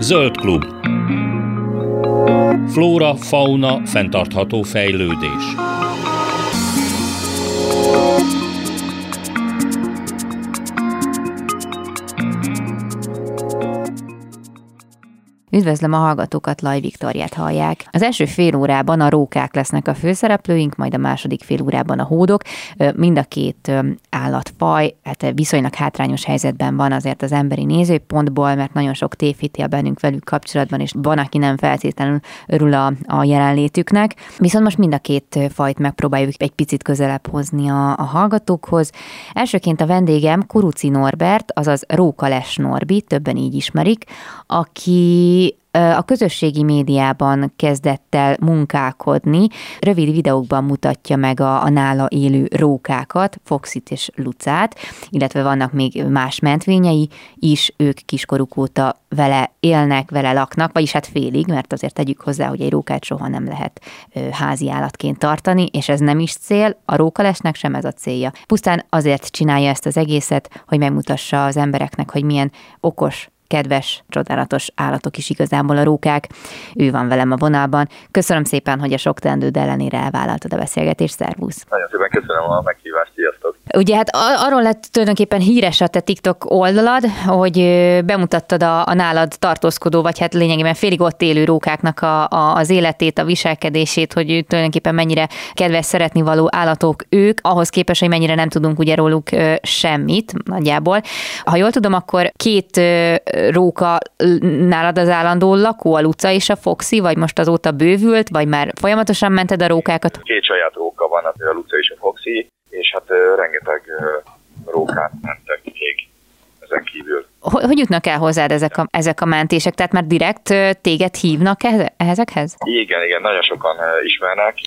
Zöld klub. Flóra, fauna, fenntartható fejlődés. Üdvözlöm a hallgatókat, Laj Viktóriát hallják. Az első fél órában a rókák lesznek a főszereplőink, majd a második fél órában a hódok. Mind a két állatfaj viszonylag hátrányos helyzetben van azért az emberi nézőpontból, mert nagyon sok tévhitél bennünk velük kapcsolatban, és van, aki nem feltétlenül örül a jelenlétüknek. Viszont most mind a két fajt megpróbáljuk egy picit közelebb hozni a hallgatókhoz. Elsőként a vendégem Kuruczy Norbert, azaz Rókales Norbi, többen így ismerik, aki a közösségi médiában kezdett el munkálkodni, rövid videókban mutatja meg a nála élő rókákat, Foxit és Lucát, illetve vannak még más mentvényei is, ők kiskoruk óta vele élnek, vele laknak, vagyis hát félig, mert azért tegyük hozzá, hogy egy rókát soha nem lehet házi állatként tartani, és ez nem is cél, a Rókalesnek sem ez a célja. Pusztán azért csinálja ezt az egészet, hogy megmutassa az embereknek, hogy milyen okos, kedves, csodálatos állatok is igazából a rókák. Ő van velem a vonalban. Köszönöm szépen, hogy a sok teendőd ellenére elvállaltad a beszélgetést. Szervusz! Nagyon szépen köszönöm a meghívást, sziasztok! Ugye hát arról lett tulajdonképpen híres a te TikTok oldalad, hogy bemutattad a nálad tartózkodó, vagy hát lényegében félig ott élő rókáknak az életét, a viselkedését, hogy tulajdonképpen mennyire kedves, szeretni való állatok ők, ahhoz képest, hogy mennyire nem tudunk ugye róluk semmit nagyjából. Ha jól tudom, akkor két róka nálad az állandó lakó, a Luca és a Foxy, vagy most azóta bővült, vagy már folyamatosan mented a rókákat? Két saját róka van, a Luca és a Foxy, és hát rengeteg rókát mentek még ezen kívül. Hogy jutnak el hozzád ezek a mentések? Tehát már direkt téged hívnak ezekhez? Igen, nagyon sokan ismernek,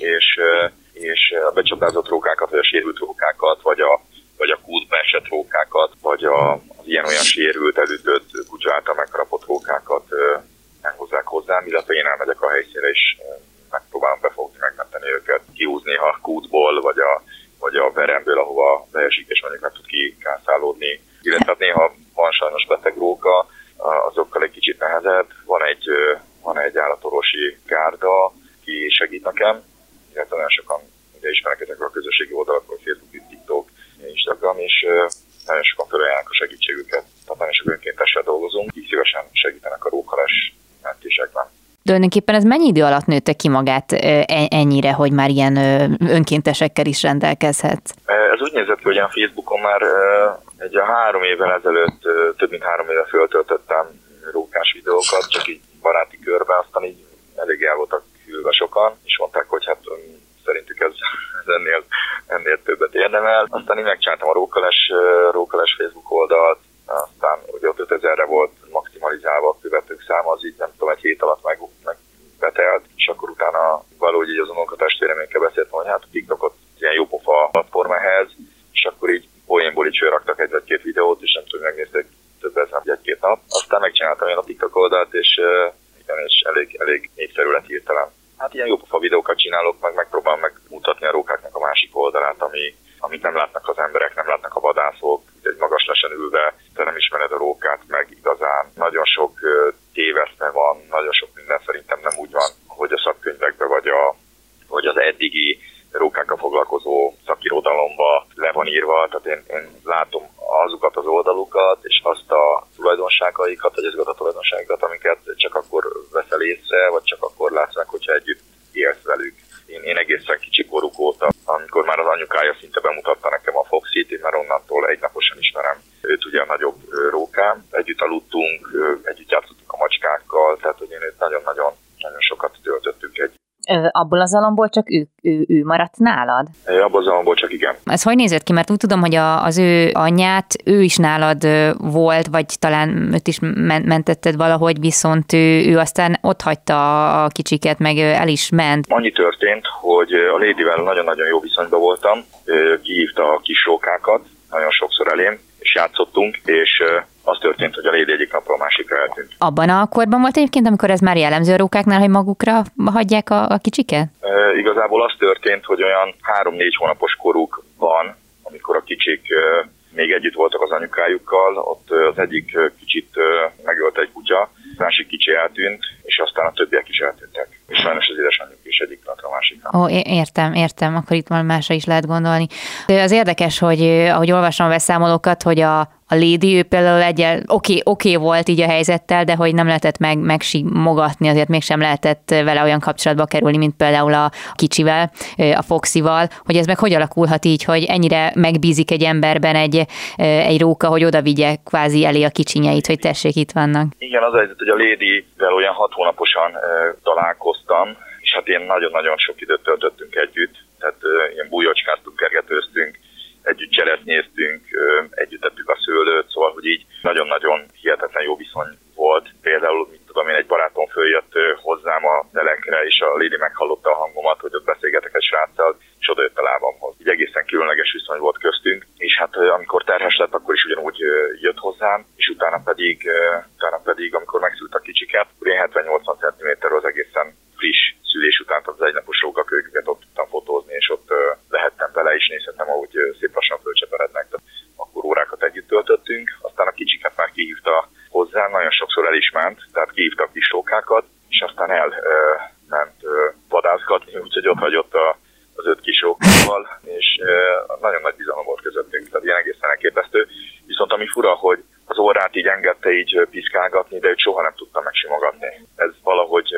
és a becsapázott rókákat, vagy a sérült rókákat, vagy a kútba esett rókákat, vagy az ilyen-olyan sérült, elütött kutya által megharapott rókákat elhozzák hozzám, illetve én elmegyek a helyszínre, és megpróbálom befogni, megmenteni őket, kihúzni a kútból, vagy a veremből, ahova beesik, és mondjuk meg tud kikászálódni. Illetve néha van sajnos beteg róka, azokkal egy kicsit nehezebb. Van egy állatorvosi gárda, ki segít nekem, illetve nagyon sokan ugye ismernek ezekről a közösségi oldalakról, Facebook, TikTok, Instagram, és nagyon sokan felajánlják a segítségüket. Tehát nagyon sok önkéntessel dolgozunk, így szívesen segítenek a rókales mentésekben. Tulajdonképpen ez mennyi idő alatt nőtte ki magát ennyire, hogy már ilyen önkéntesekkel is rendelkezhet? Ez úgy nézett ki, hogy a Facebookon már egy 3 évvel ezelőtt, több mint 3 éve föltöltöttem rókás videókat, csak így baráti körbe, aztán így elég el voltak hűlve sokan, és mondták, hogy hát szerintük ez ennél többet érdemel. Aztán én megcsináltam a rókales Facebook oldalt, aztán ugye ott 5000-re volt maximalizálva a követők száma, az így nem tudom, egy hét alatt megbetelt, és akkor utána valahogy így az unokatestvéreménkkel beszéltem, hogy hát a TikTokot ilyen jópofa platform ehhez, és akkor így poénból így fölraktak egy vagy két videót, és nem tudom, megnézték több ezen egy-két nap. Aztán megcsináltam én a TikTok oldalt, és elég népszerű lett hirtelen. Hát ilyen jópofa videókat csinálok, megpróbálom megmutatni a rókáknak a másik oldalát, amit nem látnak az emberek, nem látnak a vadászok, egy magas lesen ülve, te nem ismered a rókát meg igazán. Nagyon sok téveszme van, nagyon sok minden szerintem nem úgy van, hogy a szakkönyvekben vagy az eddigi rókákkal foglalkozó szakirodalomba le van írva. Tehát én látom azokat az oldalukat, és azt a tulajdonságaikat, vagy azokat a tulajdonságokat, amiket csak akkor veszel észre, vagy csak akkor látsz meg, hogyha együtt élsz velük. Én egészen kicsi koruk óta, amikor már az anyukája szinte bemutatta nekem a Foxit, én már onnantól egynaposan ismerem őt, ugye a nagyobb rókám. Együtt aludtunk, együtt játszottunk a macskákkal, tehát hogy én őt nagyon-nagyon sokat töltöttünk együtt. Abból az alomból csak ő maradt nálad? Abból az alomból csak igen. Ez hogy nézett ki? Mert úgy tudom, hogy az ő anyját, ő is nálad volt, vagy talán őt is mentetted valahogy, viszont ő aztán ott hagyta a kicsiket, meg el is ment. Annyi történt, hogy a Ladyvel nagyon-nagyon jó viszonyban voltam, kihívta a kis rókákat, nagyon sokszor elém, és játszottunk, és az történt, hogy a Lady egyik napról a másikra eltűnt. Abban a korban volt egyébként, amikor ez már jellemző a rókáknál, hogy magukra hagyják a kicsiket? Igazából az történt, hogy olyan 3-4 hónapos koruk van, amikor a kicsik még együtt voltak az anyukájukkal, ott az egyik kicsit megölte egy kutya, másik kicsi eltűnt, és aztán a többiek is eltűntek. És sajnos az édesanyjuk is egyik napra a másikra. Ó, értem, akkor itt már másra is lehet gondolni. Az érdekes, hogy ahogy olvasom a beszámolókat, hogy a Lady, ő például oké volt így a helyzettel, de hogy nem lehetett megsimogatni, azért mégsem lehetett vele olyan kapcsolatba kerülni, mint például a kicsivel, a Foxyval, hogy ez meg hogy alakulhat így, hogy ennyire megbízik egy emberben egy róka, hogy oda vigye kvázi elé a kicsinyeit, hogy tessék, itt vannak. Igen, az a helyzet, hogy a Ladyvel olyan 6 hónaposan találkoztam, és hát ilyen nagyon-nagyon sok időt töltöttünk együtt, tehát ilyen bújocskáztunk, kergetőztünk, együtt cseresznyéztünk, együtt tettük a szőlőt, szóval, hogy így nagyon-nagyon hihetetlen jó viszony volt. Például, mit tudom én, egy barátom följött hozzám a telekre, és a Lady meghallotta a hangomat, hogy ott beszélgetek egy sráccal, és odajött a lábamhoz. Így egészen különleges viszony volt köztünk, és hát amikor terhes lett, akkor is ugyanúgy jött hozzám, és utána pedig amikor megszült a kicsiket, akkor én 70-80 cm az egészen friss szülés után, az egynapos rókakőket ott tudtam fotózni, és ott lehettem vele, és nézhettem, ahogy szép lassan fölcseperednek. Akkor órákat együtt töltöttünk, aztán a kicsiket már kihívta hozzám, nagyon sokszor el is ment, tehát kihívta a kis rókákat, és aztán elment vadászgatni, úgyhogy ott hagyott az 5 kis rókával, és nagyon nagy bizalom volt közöttünk, tehát ilyen egészen elképesztő. Viszont ami fura, hogy az orrát így engedte így piszkálgatni, de őt soha nem tudtam megsimogatni. Ez valahogy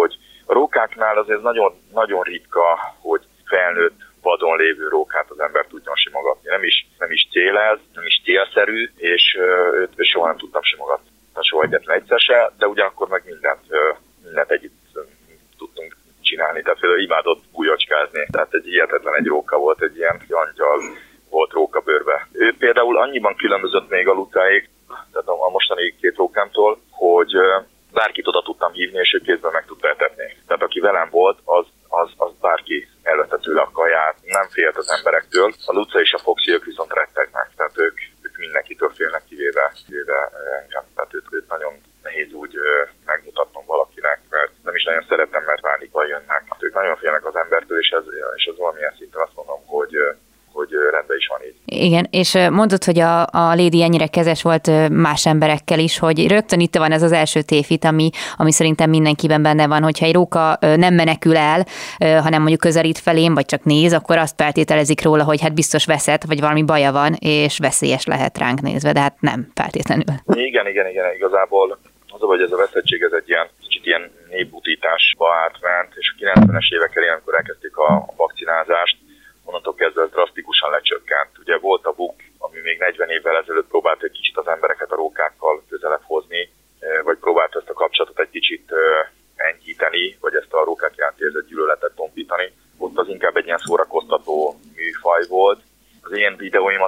a rókáknál azért nagyon, nagyon ritka, hogy felnőtt vadon lévő rókát az ember tudjon simogatni. Nem is cél ez, nem is célszerű, és őt soha nem tudtam simogatni. Soha egyetlen egyszer se, de ugyanakkor meg mindent együtt tudtunk csinálni. Tehát például imádott bújocskázni. Tehát egy hihetetlen egy róka volt, egy ilyen angyal volt rókabőrbe. Ő például annyiban különbözött még a Lucáék, tehát a mostani 2 rókámtól, hogy bárkit oda tudtam hívni, és ő kézben meg tudta etetni. Tehát aki velem volt, az bárki elvette tőle a kaját, nem félt az emberektől. A Luca és a Foxy, ők viszont rettegnek, tehát ők mindenkitől félnek, kivéve engem. Tehát őt nagyon nehéz úgy megmutatnom valakinek, mert nem is nagyon szeretem, mert pánikba jönnek. Ők nagyon félnek az embertől, és ez valamilyen szinten azt mondom, hogy rendben is van így. Igen, és mondod, hogy a Lady ennyire kezes volt más emberekkel is, hogy rögtön itt van ez az első tévhit, ami szerintem mindenkiben benne van, hogyha egy róka nem menekül el, hanem mondjuk közelít felém, vagy csak néz, akkor azt feltételezik róla, hogy hát biztos veszett, vagy valami baja van, és veszélyes lehet ránk nézve, de hát nem feltétlenül. Igen, igazából az, hogy ez a veszettség, ez egy kicsit ilyen népbutításba átment, és a 90-es évekkel ilyenkor elkezdték a vakcinázást, onnantól kezdve ez drasztikusan lecsökkent. Ugye volt a BUK, ami még 40 évvel ezelőtt próbált egy kicsit az embereket a rókákkal közelebb hozni, vagy próbált ezt a kapcsolatot egy kicsit enyhíteni, vagy ezt a rókák iránt érzett gyűlöletet tompítani. Ott az inkább egy ilyen szórakoztató műfaj volt. Az én videóim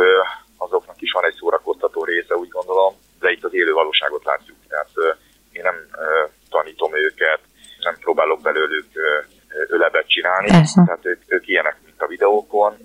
azoknak is van egy szórakoztató része, úgy gondolom, de itt az élő valóságot látjuk. Tehát én nem tanítom őket, nem próbálok belőlük ölebet csinálni, tehát ők ilyenek, mint a videókon.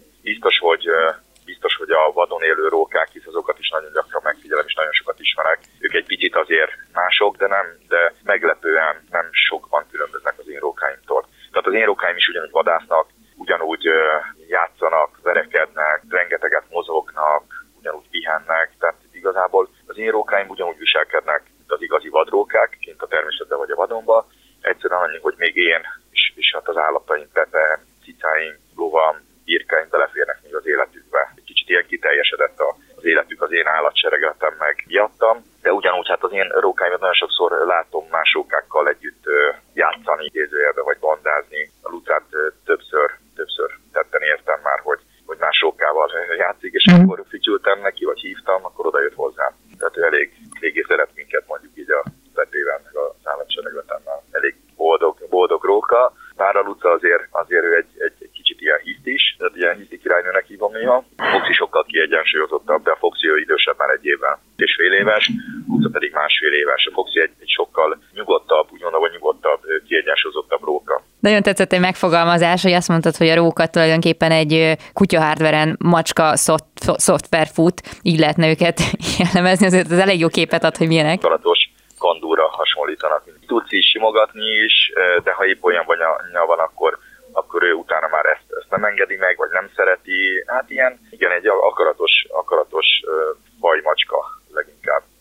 Biztos, hogy a vadon élő rókák, hisz azokat is nagyon gyakran megfigyelem, és nagyon sokat ismerek. Ők egy picit azért mások, de meglepően nem sokban különböznek az én rókáimtól. Tehát az én rókáim is ugyanúgy vadásznak, ugyanúgy játszanak, verekednek, rengeteget mozognak, ugyanúgy pihennek, tehát igazából az én rókáim ugyanúgy viselkednek, mint az igazi vadrókák, kint a természetben vagy a vadonban. Egyszerűen annyi, hogy még én és hát az állataim, Pepe, cicáim, lovam, birkáim beleférnek még az életükbe. Egy kicsit ilyen kiteljesedett az életük, az én állatseregetem meg miattam, de ugyanúgy hát az én rókáimat nagyon sokszor látom más rókákkal együtt játszani, idézőjelbe vagy bandázni. A Lucát többször tetten értem már, hogy más rókával játszik, és akkor figyültem neki, vagy hívtam, akkor oda jött hozzám. Tehát ő eléggé szeret minket, mondjuk így a Petével, meg az állatseregletemmel. Elég boldog róka. Bár a Luca azért ő egy kicsit ilyen hisztis, tehát ilyen hiszti királynőnek hívom néha. A Foxy sokkal kiegyensúlyozottabb, de a Foxy ő idősebb már 1 évvel, 1,5 éves, Luca pedig 1,5 éves. A Foxy egy sokkal nyugodtabb, úgy mondom, hogy nyugodtabb, kiegyensúlyozottabb róka. Nagyon tetszett egy megfogalmazás, hogy azt mondtad, hogy a róka tulajdonképpen egy kutya hardveren macska szoftver fut, így lehetne őket jellemezni, azért az elég jó képet ad, hogy milyenek. Kalatos kandúra hasonlítanak. Tudsz is simogatni is, de ha épp olyan banya van, akkor ő utána már ezt nem engedi meg, vagy nem szereti. Hát egy akaratos fajmacska leginkább.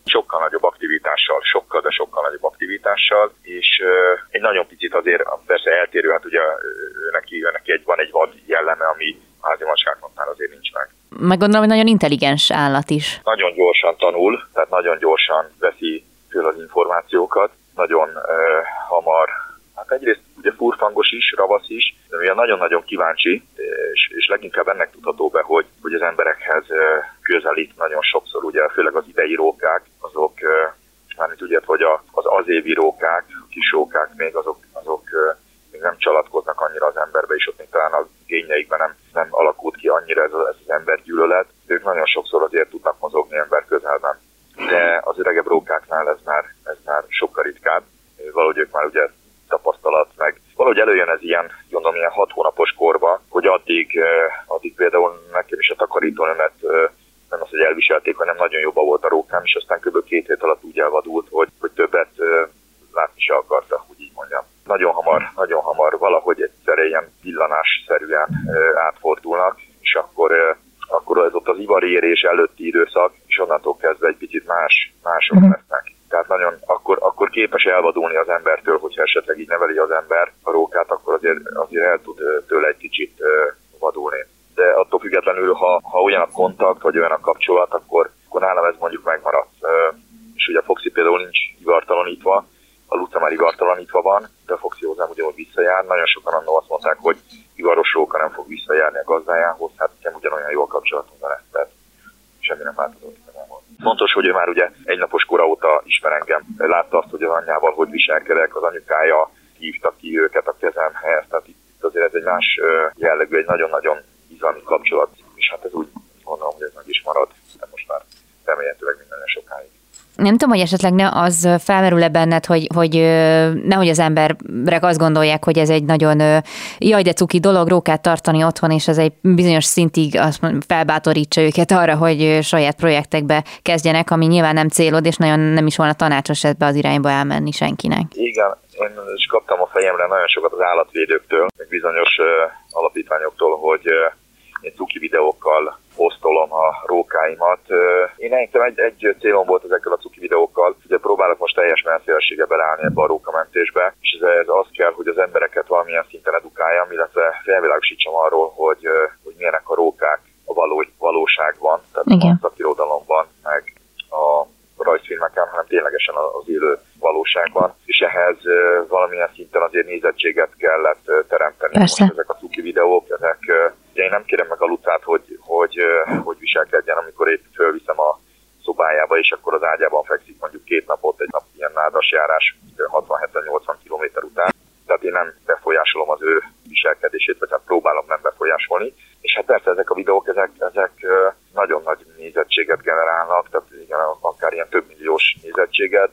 sokkal nagyobb aktivitással, sokkal nagyobb aktivitással, és egy nagyon picit azért persze eltérő, hát ugye neki van egy vad jelleme, ami házi macskáknál azért nincs meg. Meg gondolom, hogy nagyon intelligens állat is. Nagyon gyorsan tanul, tehát nagyon gyorsan veszi föl az információkat, nagyon hamar, hát egyrészt ugye furfangos is, ravasz is, de ugye nagyon-nagyon kíváncsi, és leginkább ennek tudható be, hogy az emberekhez közelít nagyon sokszor, ugye főleg az idei rókák, azok, mármint ugye, hogy az évi rókák, a kis rókák még azok még nem csalatkoznak annyira az emberbe, és ott még talán a génjeikben nem alakult ki annyira ez az embergyűlölet. Ők nagyon sokszor azért tudnak mozogni ember közelben. De az öregebb rókáknál ez már sokkal ritkább. Valahogy ők már ugye tapasztalat, meg valahogy előjön ez ilyen 6 hónapos korba, hogy addig például nekem is a takarítónőmet nem az, hogy elviselték, hanem nagyon jobban volt a rókám, és aztán kb. 2 hét alatt úgy elvadult, hogy többet látni se akarta, úgy így mondjam. Nagyon hamar valahogy egyszerre ilyen villanásszerűen átfordulnak, és akkor ez ott az ivarérés előtti időszak, és onnantól kezdve egy picit mások lesznek. Tehát nagyon akkor képes elvadulni az embertől, hogyha esetleg így neveli az ember a rókát, akkor azért el tud tőle egy kicsit vadulni. De attól függetlenül, ha olyan a kontakt, vagy olyan a kapcsolat, akkor nálam ez mondjuk megmaradt. És ugye a Foxy például nincs ivartalanítva, a Luca már ivartalanítva van, de a Foxy hozzám ugyanúgy visszajár. Nagyon sokan annól azt mondták, hogy ivaros róka nem fog visszajárni a gazdájához, hát nekem ugyanolyan jó a kapcsolatunk vele, tehát semmi nem változott. Fontos, hogy ő már ugye egynapos kora óta ismer engem. Látta azt, hogy az anyjával hogy viselkedek, az anyukája hívta ki őket a kezemhez, tehát itt azért ez egy más jellegű, egy nagyon-nagyon bizalmi kapcsolat, és hát ez úgy gondolom, hogy ez meg is marad, de most már remélhetőleg minden sokáig. Nem tudom, hogy esetleg az felmerül-e benned, hogy nehogy az emberek azt gondolják, hogy ez egy nagyon jaj, de cuki dolog rókát tartani otthon, és ez egy bizonyos szintig felbátorítsa őket arra, hogy saját projektekbe kezdjenek, ami nyilván nem célod, és nagyon nem is volna tanácsos ebbe az irányba elmenni senkinek. Igen, én is kaptam a fejemre nagyon sokat az állatvédőktől, meg bizonyos alapítványoktól, hogy én cuki videókkal posztolom a rókáimat. Én nekem egy célom volt ezekkel a cuki videókkal, ugye próbálok most teljes messzélességgel beleállni ebbe a rókamentésbe, és ez az kell, hogy az embereket valamilyen szinten edukáljam, illetve felvilágosítsam arról, hogy milyenek a rókák a valóságban, tehát a szakirodalomban, meg a rajzfilmeken, hanem ténylegesen az élő valóságban, és ehhez valamilyen szinten azért nézettséget kellett teremteni. Most ezek a cuki videók, én nem kérem meg a Lucát, hogy viselkedjen, amikor épp fölviszem a szobájába, és akkor az ágyában fekszik mondjuk 2 napot, egy nap ilyen nádas járás 60-70-80 km után. Tehát én nem befolyásolom az ő viselkedését, vagy hát próbálom nem befolyásolni. És hát persze ezek a videók, ezek nagyon nagy nézettséget generálnak, tehát igen, akár ilyen több milliós nézettséget,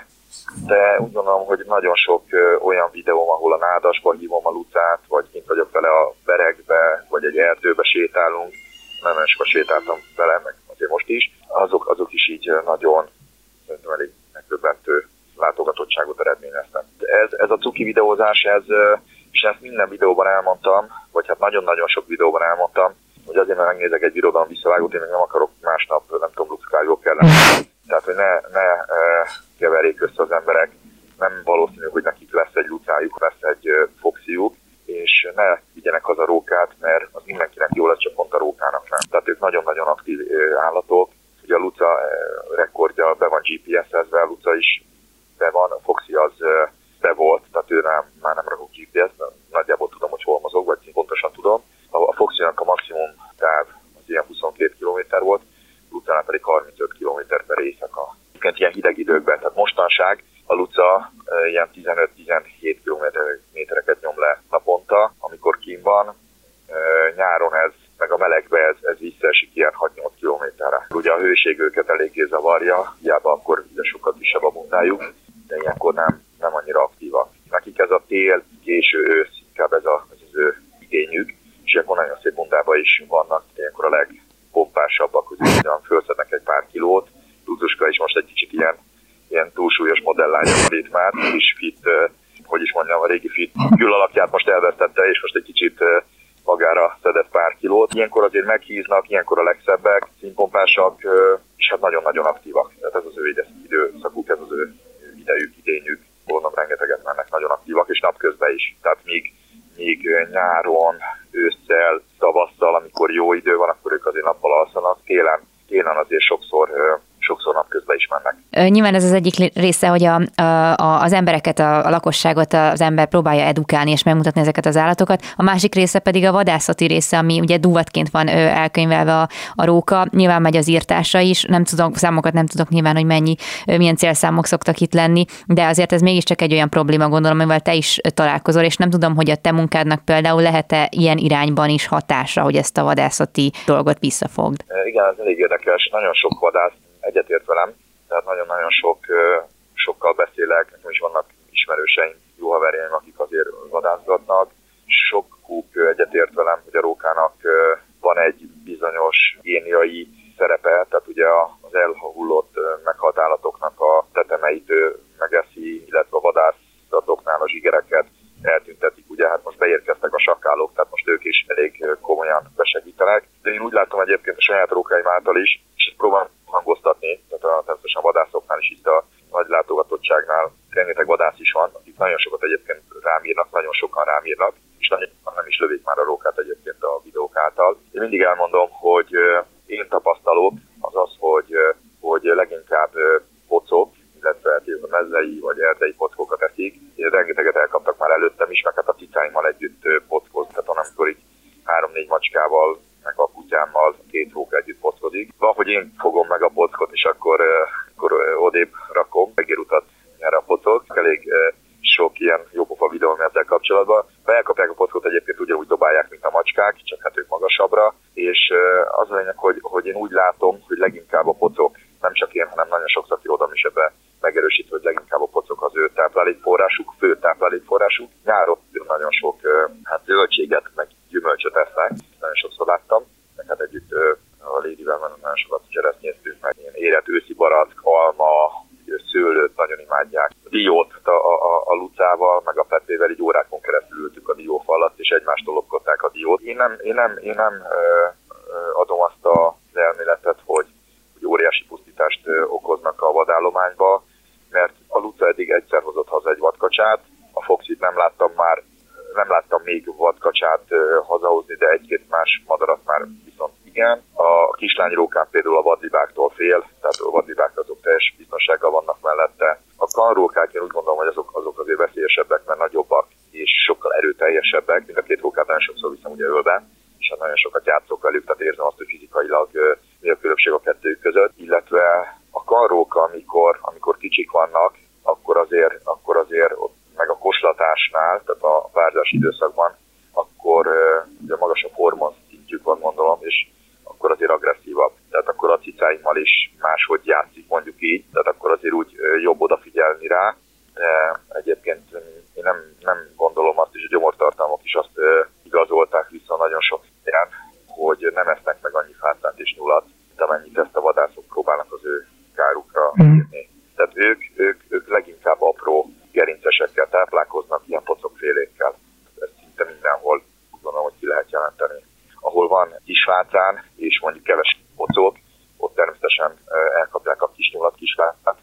de úgy gondolom, hogy nagyon sok olyan videóm, ahol a nádasba hívom a Lucát, vagy kint vagyok vele a berekbe, vagy egy erdőbe sétálunk, nagyon sokat sétáltam vele, meg azért most is, azok is így nagyon elég megdöbbentő látogatottságot eredményeztem. Ez a cuki videózás, és ezt minden videóban elmondtam, vagy hát nagyon-nagyon sok videóban elmondtam, hogy azért, mert megnézek egy birodalom visszavágót, én még nem akarok másnap, nem tudom, luckájól kellene. Tehát, hogy ne keverjék össze az emberek, nem valószínű, hogy nekik lesz egy lucájuk, lesz egy foxiuk, és ne vigyenek haza rókát, mert az mindenkinek jó lesz, csak pont a rókának nem. Tehát ők nagyon-nagyon aktív állatok. Ugye a Luca rekordja be van GPS-ezve, a Luca is be van, a Foxy az be volt, tehát ő már nem rakok GPS-t, nagyjából tudom, hogy hol mozog, vagy pontosan tudom. A Foxy-nak a maximum táv az ilyen 22 km volt, Lucánál pedig 35 km per éjszaka. Ilyen hideg időkben, tehát mostanság a Luca ilyen 15-17 kilométereket nyom le naponta, amikor kín van. Nyáron ez, meg a melegbe ez visszaesik ilyen 6-8 kilométerre. Ugye a hőség őket eléggé zavarja, hiába akkor ugye sokkal kisebb a bundájuk, de ilyenkor nem annyira aktívak. Nekik ez a tél, késő ősz, inkább ez az ő igényük, és ilyenkor nagyon szép bundában is vannak, ilyenkor a legpompásabbak, hogy ugyan fölszednek egy pár kilót. Lucuska is most egy kicsit ilyen túlsúlyos modelllánya van itt már, kis fit, hogy is mondjam, a régi fit külalakját most elvesztette, és most egy kicsit magára szedett pár kilót. Ilyenkor azért meghíznak, ilyenkor a legszebbek, színpompásak, és hát nagyon-nagyon aktívak. Tehát tehát ez az ő időszakuk, ez az ő idejük, idényük, mondom, rengeteget mennek, nagyon aktívak, és napközben is. Tehát míg nyáron, ősszel, tavasszal, amikor jó idő van, akkor ők azért nappal alszanak, télen azért sokszor napközben is mennek. Nyilván ez az egyik része, hogy az embereket, a lakosságot az ember próbálja edukálni és megmutatni ezeket az állatokat. A másik része pedig a vadászati része, ami ugye duvatként van elkönyvelve a róka. Nyilván megy az írtása is, számokat nem tudok nyilván, hogy milyen célszámok szoktak itt lenni, de azért ez mégiscsak egy olyan probléma, gondolom, amivel te is találkozol, és nem tudom, hogy a te munkádnak például lehet-e ilyen irányban is hatása, hogy ezt a vadászati dolgot visszafogd. Igen, ez elég érdekes. Nagyon sok vadász egyetért velem, tehát nagyon-nagyon sokkal beszélek, nekem is vannak ismerőseim, jó haverjaim, akik azért vadászgatnak. Sokuk egyetért velem, hogy a rókának van egy bizonyos géniai szerepe, tehát ugye az elhullott meghalt állatoknak a tetemeit megeszi, illetve a vadászatoknál a zsigereket eltüntetik. Ugye hát most beérkeztek a sakkálók, tehát most ők is elég komolyan besegítenek. De én úgy látom egyébként a saját rókáim által is, és ezt próbálom hangoztatni, tehát természetesen a vadászoknál is itt a nagy látogatottságnál rengeteg vadász is van, akik nagyon sokat egyébként rámírnak, nagyon sokan rámírnak, és nagyon nem is lövik már a rókát egyébként a videók által. Én mindig elmondom, hogy én tapasztalom az, hogy leginkább pocok, illetve mezei vagy erdei pockokat eszik. Rengeteget elkaptak már előttem is, meg hát a cicáimmal együtt pockoz, tehát amikor így 3-4 macskával, meg a kutyámmal 2 róka együtt pockozik. Valahogy én fogom meg a pockot, és akkor odébb rakom, megérutat erre a pocok. Elég sok ilyen jópofa videó ezzel kapcsolatban. Ha elkapják a pockot, egyébként ugyanúgy dobálják, mint a macskák, csak hát ők magasabbra. És az a lényeg, hogy én úgy látom, hogy leginkább a pocok, nem csak én, hanem nagyon sok szakirodalom is ebben megerősít, hogy leginkább a pocok az ő táplálékforrásuk, fő táplálékforrásuk. Nyáron nagyon sok zöldséget, meg gyümölcsöt esznek, nagyon sokszor láttam, meg hát együtt a Lédivel nagyon sokat cseresznyéztünk, meg ilyen érett őszi barack, alma, szőlőt nagyon imádják. A diót a Lucával, meg a Petével így órákon keresztül ültük a diófa alatt, és egymástól lopkodták a diót. Én nem adom azt az elméletet, hogy óriási pusztítást okoznak a vadállományba, mert a Luca eddig egyszer hozott haza egy vadkacsát, a Foxit nem láttam még vadkacsát hazahozni, de egy-két más madarat már viszont igen. A kislányrókán például a vadlibáktól fél, tehát a vadlibák azok teljes biztonsággal vannak mellette. A kanrókák én úgy gondolom, hogy azok azért veszélyesebbek, mert nagyobbak és sokkal erőteljesebbek, mint a 2 rókát nagyon sokszor viszem ugye ölbe, és hát nagyon sokat játszok velük, tehát érzem azt, hogy fizikailag mi a különbség a kettőjük között, illetve a kanrók, amikor kicsik vannak, akkor azért meg a koslatásnál, tehát a párzási időszakban, akkor ugye magasabb hormonszintjük van, gondolom, és akkor azért agresszívabb. Tehát akkor a cicáimmal is máshogy játszik, mondjuk így, tehát akkor azért úgy jobb odafigyelni rá. Egyébként én nem gondolom azt, és a gyomortartalmak is azt igazolták vissza nagyon sok helyen, hogy nem esznek meg annyi fácát és nyulat, de amennyit ezt a vadászok próbálnak az ő kárukra írni. Tehát ők leginkább apró gerincesekkel táplálkoznak, ilyen pocokfélékkel. Ez szinte mindenhol úgy gondolom, hogy ki lehet jelenteni. Ahol van kisfácán és mondjuk keves pocok, ott természetesen elkapják a kisnyulat, kisfácát.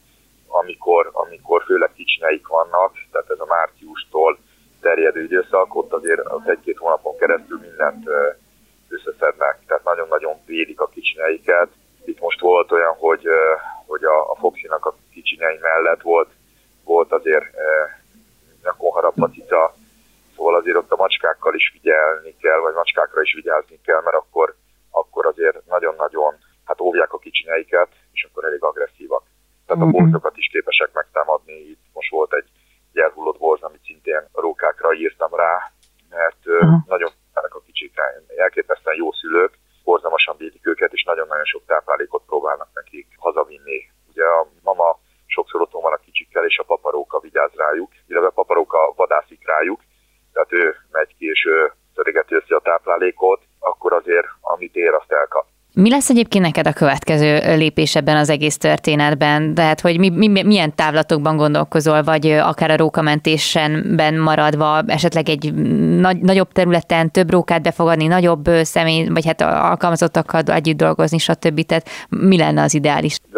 Amikor főleg kicsineik vannak, tehát ez a márciustól terjedő időszak, ott azért az 1-2 hónapon keresztül mindent összeszednek, tehát nagyon-nagyon védik a kicsineiket. Itt most volt olyan, hogy a Foxinak a kicsinyei mellett volt azért nyakonharapva cica, szóval azért ott a macskákkal is figyelni kell, vagy macskákra is vigyázni kell, mert akkor azért nagyon-nagyon óvják a kicsinyeiket, és akkor elég agresszívak. Tehát a borzokat is képesek megtámadni. Itt most volt egy elhullott borz, amit szintén rókákra írtam rá, mert nagyon a kicsikre. Elképesztően jó szülők, borzalmasan védik őket, és nagyon-nagyon sok táplálékot próbálnak nekik hazavinni. Ugye a mama sokszor otthon van a kicsikkel, és a paparóka vigyáz rájuk, illetve a paparóka vadászik rájuk, tehát ő megy ki, és ő szörigeti össze a táplálékot, akkor azért, amit ér, azt elkap. Mi lesz egyébként neked a következő lépés ebben az egész történetben? Tehát, hogy milyen távlatokban gondolkozol, vagy akár a rókamentésenben maradva, esetleg egy nagyobb területen több rókát befogadni, nagyobb személy, vagy alkalmazottakkal együtt dolgozni, stb. Tehát mi lenne az ideális?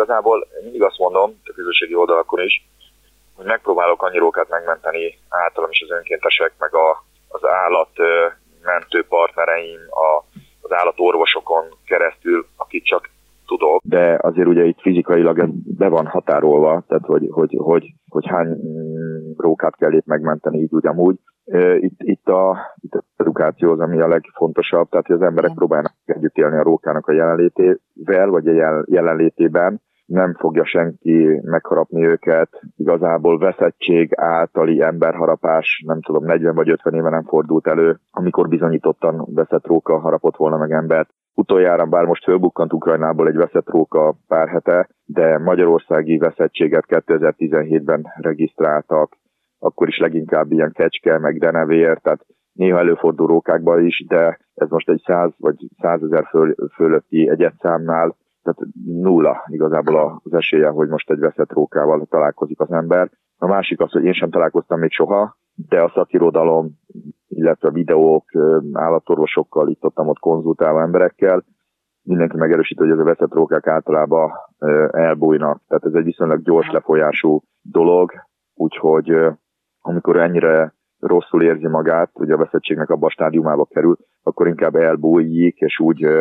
igazából mindig azt mondom, a közösségi oldalakon is, hogy megpróbálok annyi rókát megmenteni általam is az önkéntesek, meg az állatmentő partnereim, az állatorvosokon keresztül, akik csak tudok. De azért ugye itt fizikailag ez be van határolva, tehát hogy hány rókát kell épp megmenteni így ugyanúgy. Itt az edukáció az, ami a legfontosabb, tehát hogy az emberek próbálnak együtt élni a rókának a jelenlétével, vagy a jelenlétében. Nem fogja senki megharapni őket, igazából veszettség általi emberharapás, nem tudom, 40 vagy 50 éve nem fordult elő, amikor bizonyítottan veszett róka harapott volna meg embert. Utoljára, bár most fölbukkant Ukrajnából egy veszett róka pár hete, de magyarországi veszettséget 2017-ben regisztráltak, akkor is leginkább ilyen kecske, meg denevér, tehát néha előfordul rókákban is, de ez most egy 100 vagy 100 000 fölötti egyedszámnál, tehát nulla igazából az esélye, hogy most egy veszett rókával találkozik az ember. A másik az, hogy én sem találkoztam még soha, de a szakirodalom, illetve a videók, állatorvosokkal, ott konzultálva emberekkel, mindenki megerősít, hogy ez a veszett rókák általában elbújnak. Tehát ez egy viszonylag gyors lefolyású dolog, úgyhogy amikor ennyire rosszul érzi magát, hogy a veszettségnek abban a stádiumába kerül, akkor inkább elbújik, és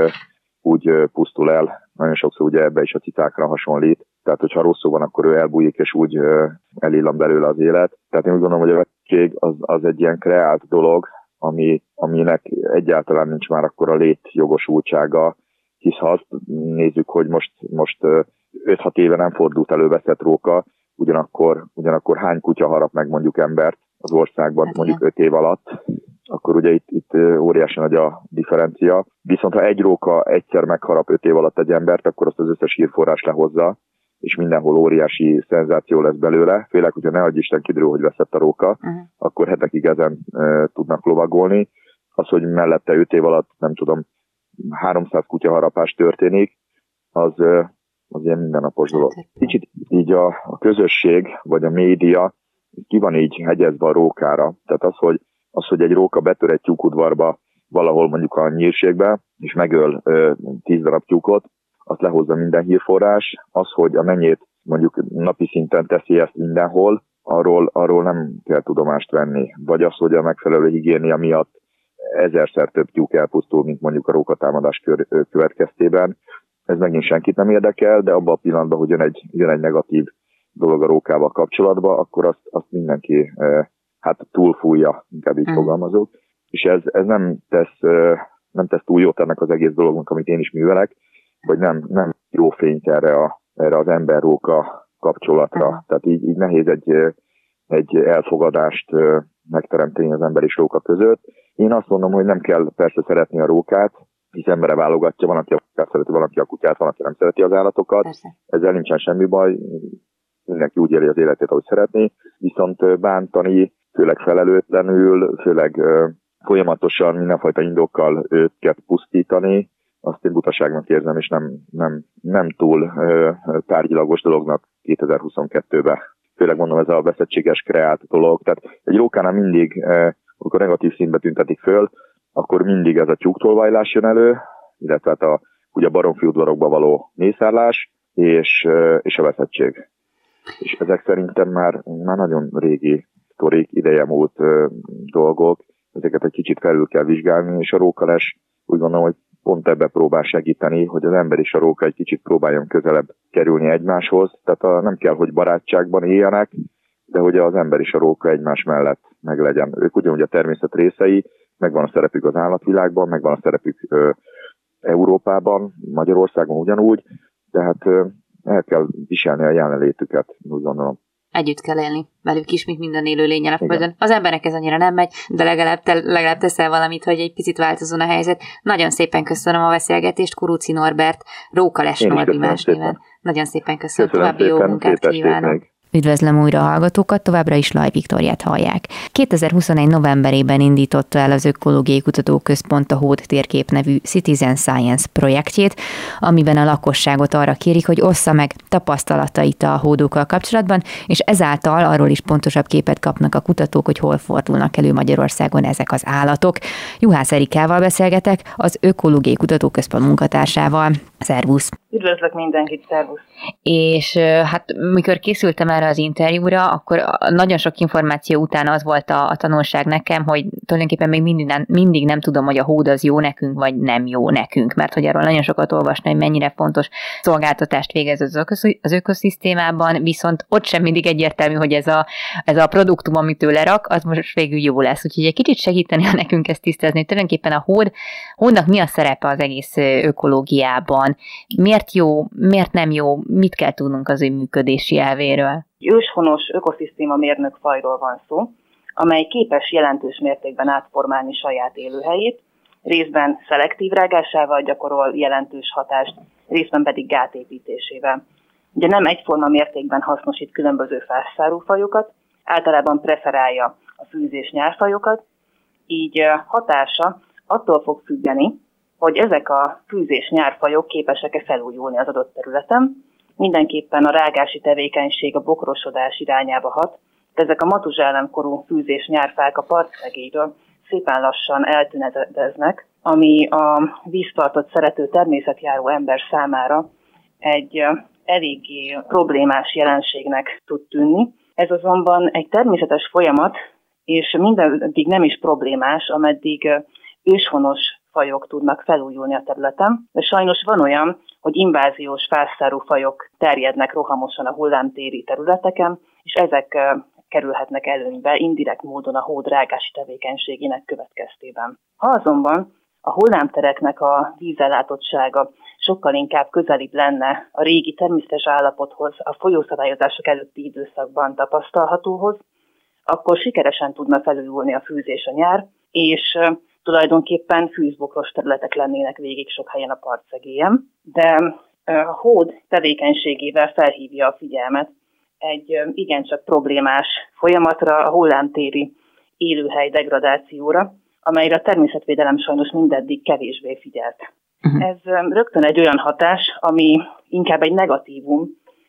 úgy pusztul el. Nagyon sokszor ugye ebbe is a cicákra hasonlít. Tehát, hogyha rosszul van, akkor ő elbújik, és úgy elillan belőle az élet. Tehát én úgy gondolom, hogy a veszettség az egy ilyen kreált dolog, aminek egyáltalán nincs már akkor a létjogosultsága, hisz ha azt nézzük, hogy most 5-6 éve nem fordult elő veszett róka, ugyanakkor hány kutya harap meg mondjuk embert az országban mondjuk 5 év alatt, akkor ugye itt óriási nagy a differencia. Viszont ha egy róka egyszer megharap 5 év alatt egy embert, akkor azt az összes hírforrás lehozza, és mindenhol óriási szenzáció lesz belőle. Főleg, hogyha ne adj Isten kiderül, hogy veszett a róka, akkor hetekig ezen tudnak lovagolni. Az, hogy mellette 5 év alatt, nem tudom, 300 kutyaharapás történik, az ilyen mindennapos dolog. Kicsit így a közösség, vagy a média ki van így hegyezve a rókára. Tehát az, hogy egy róka betör egy tyúkudvarba, valahol mondjuk a nyírségbe, és megöl 10 darab tyúkot, azt lehozza minden hírforrás. Az, hogy a mennyét mondjuk napi szinten teszi ezt mindenhol, arról nem kell tudomást venni. Vagy az, hogy a megfelelő higiénia miatt 1000-szer több tyúk elpusztul, mint mondjuk a rókatámadás következtében. Ez megint senkit nem érdekel, de abban a pillanatban, hogy jön egy negatív dolog a rókával kapcsolatban, akkor azt mindenki túlfújja, inkább így fogalmazok. És ez nem tesz túl jót ennek az egész dolognak, amit én is művelek, vagy nem jó fényt erre az ember-róka kapcsolatra. Tehát így nehéz egy elfogadást megteremteni az ember és róka között. Én azt mondom, hogy nem kell persze szeretni a rókát, hisz embere válogatja, van, aki a kutyát szereti, van, aki a kutyát, van, aki nem szereti az állatokat. Persze. Ezzel nincsen semmi baj, mindenki úgy éli az életét, ahogy szeretné, viszont bántani, főleg felelőtlenül, főleg folyamatosan mindenfajta indokkal őket pusztítani, azt én butaságnak érzem, és nem túl tárgyilagos dolognak 2022-ben. Főleg mondom, ez a veszettséges kreált dolog. Tehát egy rókánál mindig, amikor negatív színbe tüntetik föl, akkor mindig ez a tyúktolvajlás jön elő, illetve hát ugye a baromfiudvarokba való mészárlás, és a veszettség. És ezek szerintem már nagyon régi sztorik, ideje múlt dolgok, ezeket egy kicsit felül kell vizsgálni, és a rókales úgy gondolom, hogy pont ebbe próbál segíteni, hogy az ember és a róka egy kicsit próbáljon közelebb kerülni egymáshoz. Tehát nem kell, hogy barátságban éljenek, de hogy az ember és a róka egymás mellett meglegyen. Ők ugyanúgy a természet részei, megvan a szerepük az állatvilágban, megvan a szerepük Európában, Magyarországon ugyanúgy, tehát el kell viselni a jelenlétüket, úgy gondolom. Együtt kell élni velük is, mint minden élő lénnyel a földön. Az embernek ez annyira nem megy, de legalább teszel valamit, hogy egy picit változzon a helyzet. Nagyon szépen köszönöm a beszélgetést, Kuruczy Norbert, Rókales Norbi más néven. Nagyon szépen köszönöm, további jó munkát kívánok. Üdvözlöm újra a hallgatókat, továbbra is Laj Viktóriát hallják. 2021. novemberében indította el az Ökológiai Kutatóközpont a Hód térkép nevű Citizen Science projektjét, amiben a lakosságot arra kérik, hogy ossza meg tapasztalatait a hódokkal kapcsolatban, és ezáltal arról is pontosabb képet kapnak a kutatók, hogy hol fordulnak elő Magyarországon ezek az állatok. Juhász Erikával beszélgetek, az Ökológiai Kutatóközpont munkatársával. Szervusz! Üdvözlök mindenkit, szervusz! És hát mikor készültem erre az interjúra, akkor nagyon sok információ után az volt a tanulság nekem, hogy tulajdonképpen még mindig nem tudom, hogy a hód az jó nekünk, vagy nem jó nekünk, mert hogy arról nagyon sokat olvasni, hogy mennyire fontos szolgáltatást végez az ökoszisztémában, viszont ott sem mindig egyértelmű, hogy ez a produktum, amit ő lerak, az most végül jó lesz. Úgyhogy egy kicsit segíteni, ha nekünk ezt tisztázni. Tulajdonképpen a hódnak mi a szerepe az egész ökológiában? Miért jó, miért nem jó, mit kell tudnunk az ő működési elvéről? Őshonos ökoszisztéma mérnök fajról van szó, amely képes jelentős mértékben átformálni saját élőhelyét, részben szelektív rágásával gyakorol jelentős hatást, részben pedig gátépítésével. Ugye nem egyforma mértékben hasznosít különböző fászszárú fajokat, általában preferálja a fűzés nyárfajokat, így hatása attól fog függeni, hogy ezek a fűzés nyárfajok képesek-e felújulni az adott területen. Mindenképpen a rágási tevékenység a bokrosodás irányába hat, de ezek a matuzsálemkorú fűzés nyárfák a partszegélyről szépen lassan eltünedeznek, ami a vízpartot szerető természetjáró ember számára egy eléggé problémás jelenségnek tud tűnni. Ez azonban egy természetes folyamat, és mindaddig nem is problémás, ameddig őshonos fajok tudnak felújulni a területen, de sajnos van olyan, hogy inváziós fászszárú fajok terjednek rohamosan a hullámtéri területeken, és ezek kerülhetnek előnybe indirekt módon a hód rágási tevékenységének következtében. Ha azonban a hullámtereknek a vízellátottsága sokkal inkább közelibb lenne a régi természetes állapothoz, a folyószabályozások előtti időszakban tapasztalhatóhoz, akkor sikeresen tudna felújulni a fűzés a nyár, és tulajdonképpen fűzbokros területek lennének végig sok helyen a partszegélyen, de a hód tevékenységével felhívja a figyelmet egy igencsak problémás folyamatra, a hullámtéri élőhely degradációra, amelyre a természetvédelem sajnos mindeddig kevésbé figyelt. Ez rögtön egy olyan hatás, ami inkább egy negatívum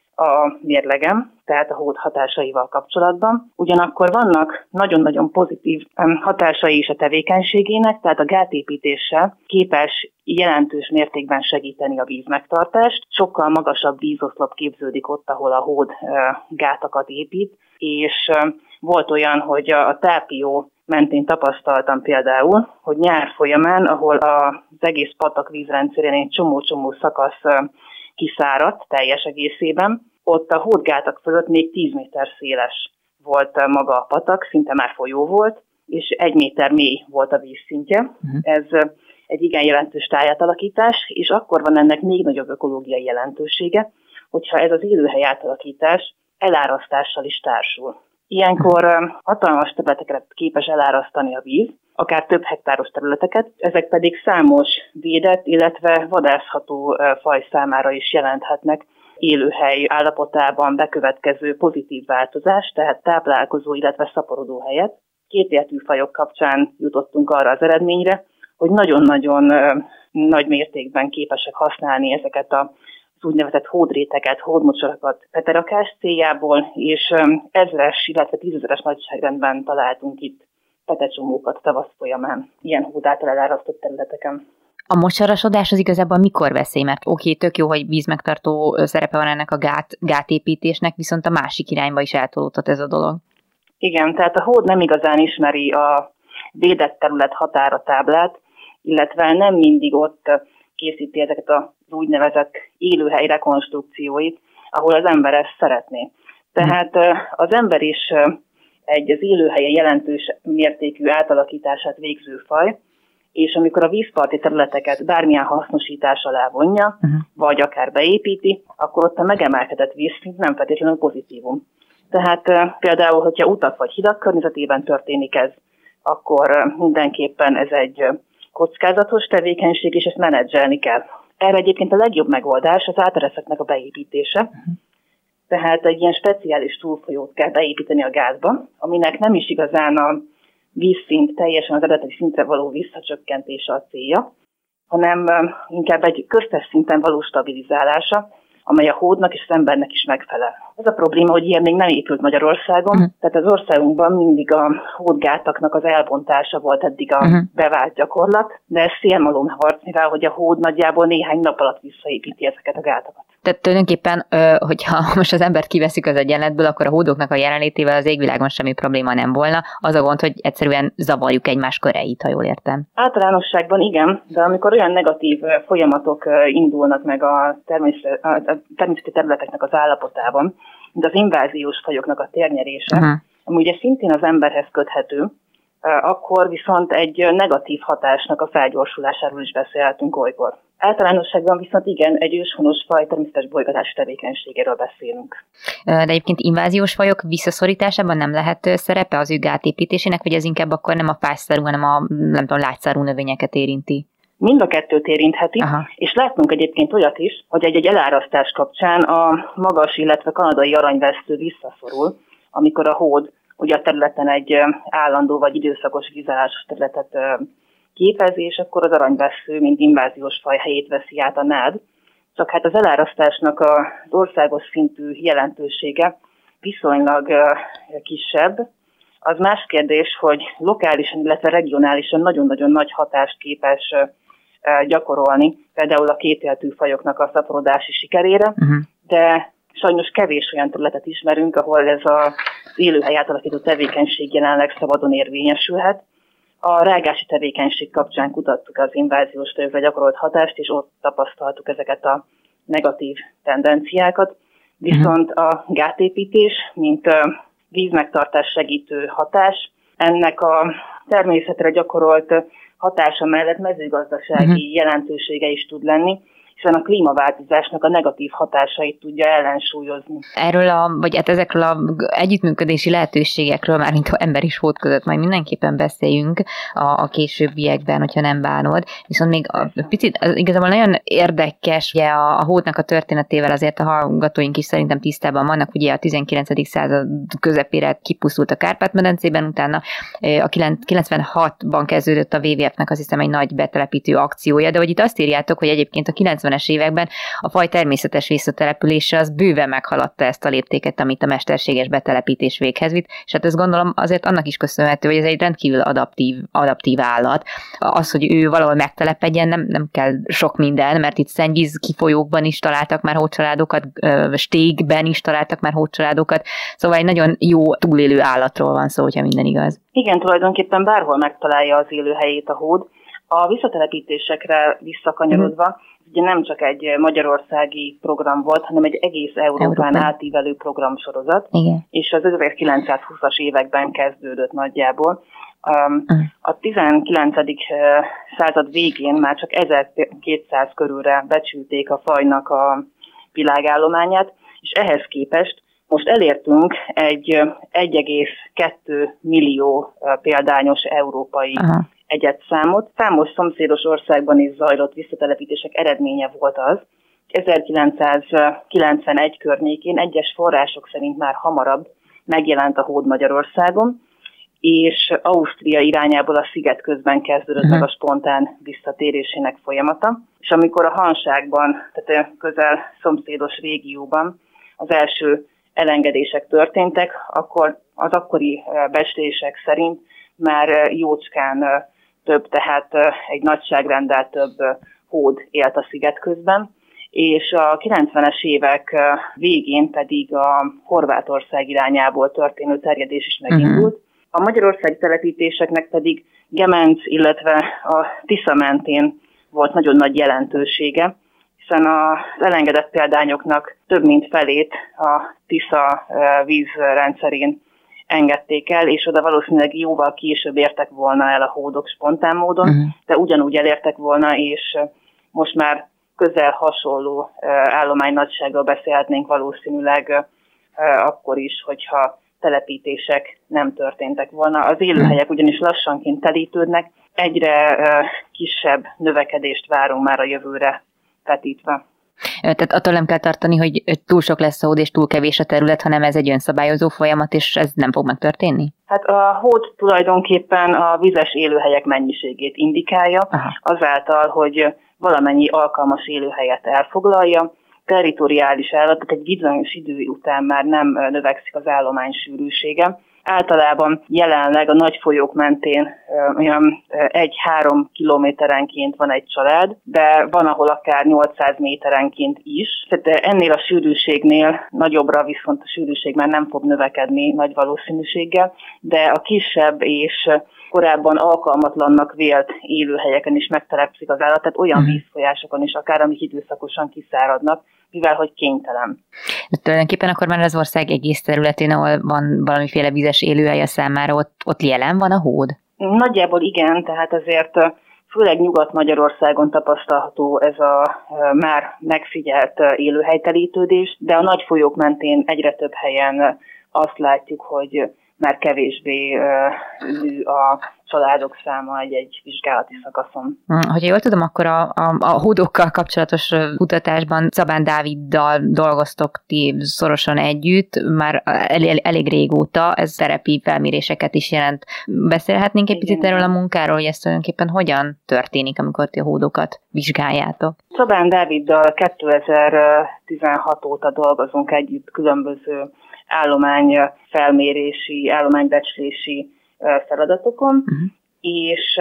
a mérlegem, tehát a hód hatásaival kapcsolatban. Ugyanakkor vannak nagyon-nagyon pozitív hatásai is a tevékenységének, tehát a gátépítéssel képes jelentős mértékben segíteni a vízmegtartást. Sokkal magasabb vízoszlop képződik ott, ahol a hód gátakat épít, és volt olyan, hogy a tápió mentén tapasztaltam például, hogy nyár folyamán, ahol az egész patak vízrendszerén egy csomó-csomó szakasz kiszáradt teljes egészében, ott a hódgátak fölött még 10 méter széles volt maga a patak, szinte már folyó volt, és 1 méter mély volt a vízszintje. Ez egy igen jelentős tájátalakítás, és akkor van ennek még nagyobb ökológiai jelentősége, hogyha ez az élőhely átalakítás elárasztással is társul. Ilyenkor hatalmas területeket képes elárasztani a víz, akár több hektáros területeket, ezek pedig számos védett, illetve vadászható faj számára is jelenthetnek élőhely állapotában bekövetkező pozitív változást, tehát táplálkozó, illetve szaporodó helyet. Kétértű fajok kapcsán jutottunk arra az eredményre, hogy nagyon-nagyon nagy mértékben képesek használni ezeket az úgynevezett hódréteket, hódmocsarakat peterakás céljából, és ezres, illetve 10 000-es nagyságrendben találtunk itt petecsomókat tavasz folyamán, ilyen hód által elárasztott területeken. A mocsarasodás az igazából mikor veszély? Mert tök jó, hogy vízmegtartó szerepe van ennek a gátépítésnek, viszont a másik irányba is eltolódhat ez a dolog. Igen, tehát a hód nem igazán ismeri a védett terület határatáblát, illetve nem mindig ott készíti ezeket az úgynevezett élőhely rekonstrukcióit, ahol az ember ezt szeretné. Tehát az ember is az élőhelye jelentős mértékű átalakítását végző faj, és amikor a vízparti területeket bármilyen hasznosítás alá vonja, vagy akár beépíti, akkor ott a megemelkedett vízszint nem feltétlenül pozitívum. Tehát például, hogyha utak vagy hidak környezetében történik ez, akkor mindenképpen ez egy kockázatos tevékenység, és ezt menedzselni kell. Erre egyébként a legjobb megoldás az átereszeknek a beépítése. Tehát egy ilyen speciális túlfolyót kell beépíteni a gázba, aminek nem is igazán a vízszint teljesen az eredeti szintre való visszacsökkentése a célja, hanem inkább egy köztes szinten való stabilizálása, amely a hódnak és az embernek is megfelel. Az a probléma, hogy ilyen még nem épült Magyarországon, tehát az országunkban mindig a hódgátaknak az elbontása volt eddig a bevált gyakorlat, de ez szélmalomharc, mivel hogy a hód nagyjából néhány nap alatt visszaépíti ezeket a gátakat. Tehát tulajdonképpen, hogyha most az embert kiveszük az egyenletből, akkor a hódoknak a jelenlétével az égvilágon semmi probléma nem volna. Az a gond, hogy egyszerűen zavarjuk egymás köreit, ha jól értem. Általánosságban igen, de amikor olyan negatív folyamatok indulnak meg a természeti területeknek az állapotában, mint az inváziós fajoknak a térnyerése, ami ugye szintén az emberhez köthető, akkor viszont egy negatív hatásnak a felgyorsulásáról is beszélhetünk olykor. Általánosságban viszont igen, egy őshonos faj természetes bolygatási tevékenységéről beszélünk. De egyébként inváziós fajok visszaszorításában nem lehet szerepe az ő gátépítésének, vagy ez inkább akkor nem a fászszárú, hanem a nem tudom, lágyszárú növényeket érinti? Mind a kettőt érintheti, és látnunk egyébként olyat is, hogy egy elárasztás kapcsán a magas, illetve kanadai aranyvesztő visszaszorul, amikor a hód ugye a területen egy állandó vagy időszakos vízállásos területet képez, és akkor az aranyvesző, mint inváziós faj helyét veszi át a nád. Csak hát az elárasztásnak az országos szintű jelentősége viszonylag kisebb. Az más kérdés, hogy lokálisan, illetve regionálisan nagyon-nagyon nagy hatást képes gyakorolni, például a kétéltű fajoknak a szaporodási sikerére, de sajnos kevés olyan területet ismerünk, ahol ez az élőhely átalakító tevékenység jelenleg szabadon érvényesülhet. A rágási tevékenység kapcsán kutattuk az inváziós fajokra gyakorolt hatást, és ott tapasztaltuk ezeket a negatív tendenciákat. Viszont a gátépítés, mint vízmegtartás segítő hatás, ennek a természetre gyakorolt hatása mellett mezőgazdasági jelentősége is tud lenni, hiszen a klímaváltozásnak a negatív hatásait tudja ellensúlyozni. Erről vagy ezekről az együttműködési lehetőségekről, már mint ember és hód között majd mindenképpen beszéljünk a későbbiekben, hogyha nem bánod. Viszont még picit igazából nagyon érdekes, ugye a hódnak a történetével azért a hallgatóink is szerintem tisztában vannak, ugye a 19. század közepére kipusztult a Kárpát-medencében, utána a 96-ban kezdődött a WWF-nek azt hiszem egy nagy betelepítő akciója, de hogy itt azt írjátok, hogy egyébként a 90-es években a faj természetes visszatelepülése az bőven meghaladta ezt a léptéket, amit a mesterséges betelepítés véghez vitt, és hát ezt gondolom azért annak is köszönhető, hogy ez egy rendkívül adaptív állat. Az, hogy ő valahol megtelepedjen, nem kell sok minden, mert itt szennyvíz kifolyókban is találtak már hódcsaládokat, stégben is találtak már hódcsaládokat, szóval egy nagyon jó túlélő állatról van szó, hogyha minden igaz. Igen, tulajdonképpen bárhol megtalálja az élőhelyét a hód. A visszatelepítésekre visszakanyarodva, ugye nem csak egy magyarországi program volt, hanem egy egész Európán átívelő programsorozat, és az 1920-as években kezdődött nagyjából. A 19. század végén már csak 1200 körülre becsülték a fajnak a világállományát, és ehhez képest most elértünk egy 1,2 millió példányos európai egyedszámot. Számos szomszédos országban is zajlott visszatelepítések eredménye volt az. 1991 környékén egyes források szerint már hamarabb megjelent a hód Magyarországon, és Ausztria irányából a sziget közben kezdődött meg a spontán visszatérésének folyamata. És amikor a Hanságban, tehát a közel szomszédos régióban az első elengedések történtek, akkor az akkori becslések szerint már jócskán több, tehát egy nagyságrenddel több hód élt a sziget közben, és a 90-es évek végén pedig a Horvátország irányából történő terjedés is megindult. A magyarországi telepítéseknek pedig Gemenc, illetve a Tisza mentén volt nagyon nagy jelentősége, hiszen az elengedett példányoknak több mint felét a Tisza vízrendszerén engedték el, és oda valószínűleg jóval később értek volna el a hódok spontán módon, de ugyanúgy elértek volna, és most már közel hasonló állománynagysággal beszélhetnénk valószínűleg akkor is, hogyha telepítések nem történtek volna. Az élőhelyek ugyanis lassanként telítődnek, egyre kisebb növekedést várunk már a jövőre vetítve. Tehát attól nem kell tartani, hogy túl sok lesz a hód és túl kevés a terület, hanem ez egy önszabályozó folyamat, és ez nem fog megtörténni? Hát a hód tulajdonképpen a vizes élőhelyek mennyiségét indikálja, azáltal, hogy valamennyi alkalmas élőhelyet elfoglalja, territoriális állat, tehát egy bizonyos idő után már nem növekszik az állomány sűrűsége. Általában jelenleg a nagy folyók mentén olyan 1-3 kilométerenként van egy család, de van, ahol akár 800 méterenként is. Tehát ennél a sűrűségnél nagyobbra viszont a sűrűség már nem fog növekedni nagy valószínűséggel, de a kisebb és korábban alkalmatlannak vélt élőhelyeken is megtelepszik az állat, tehát olyan vízfolyásokon is akár, amik időszakosan kiszáradnak, mivel hogy kénytelen. De tulajdonképpen akkor már az ország egész területén, ahol van valamiféle vizes élőhely a számára, ott jelen van a hód? Nagyjából igen, tehát azért főleg Nyugat-Magyarországon tapasztalható ez a már megfigyelt élőhelytelítődés, de a nagy folyók mentén egyre több helyen azt látjuk, hogy már kevésbé nő a családok száma egy vizsgálati szakaszon. Hogyha jól tudom, akkor a hódokkal kapcsolatos kutatásban Szabán Dáviddal dolgoztok ti szorosan együtt, már elég régóta, ez terepi felméréseket is jelent. Beszélhetnénk egy picit erről a munkáról, hogy ez tulajdonképpen hogyan történik, amikor ti a hódokat vizsgáljátok? Szabán Dáviddal 2016 óta dolgozunk együtt különböző állományfelmérési, állománybecslési feladatokon, és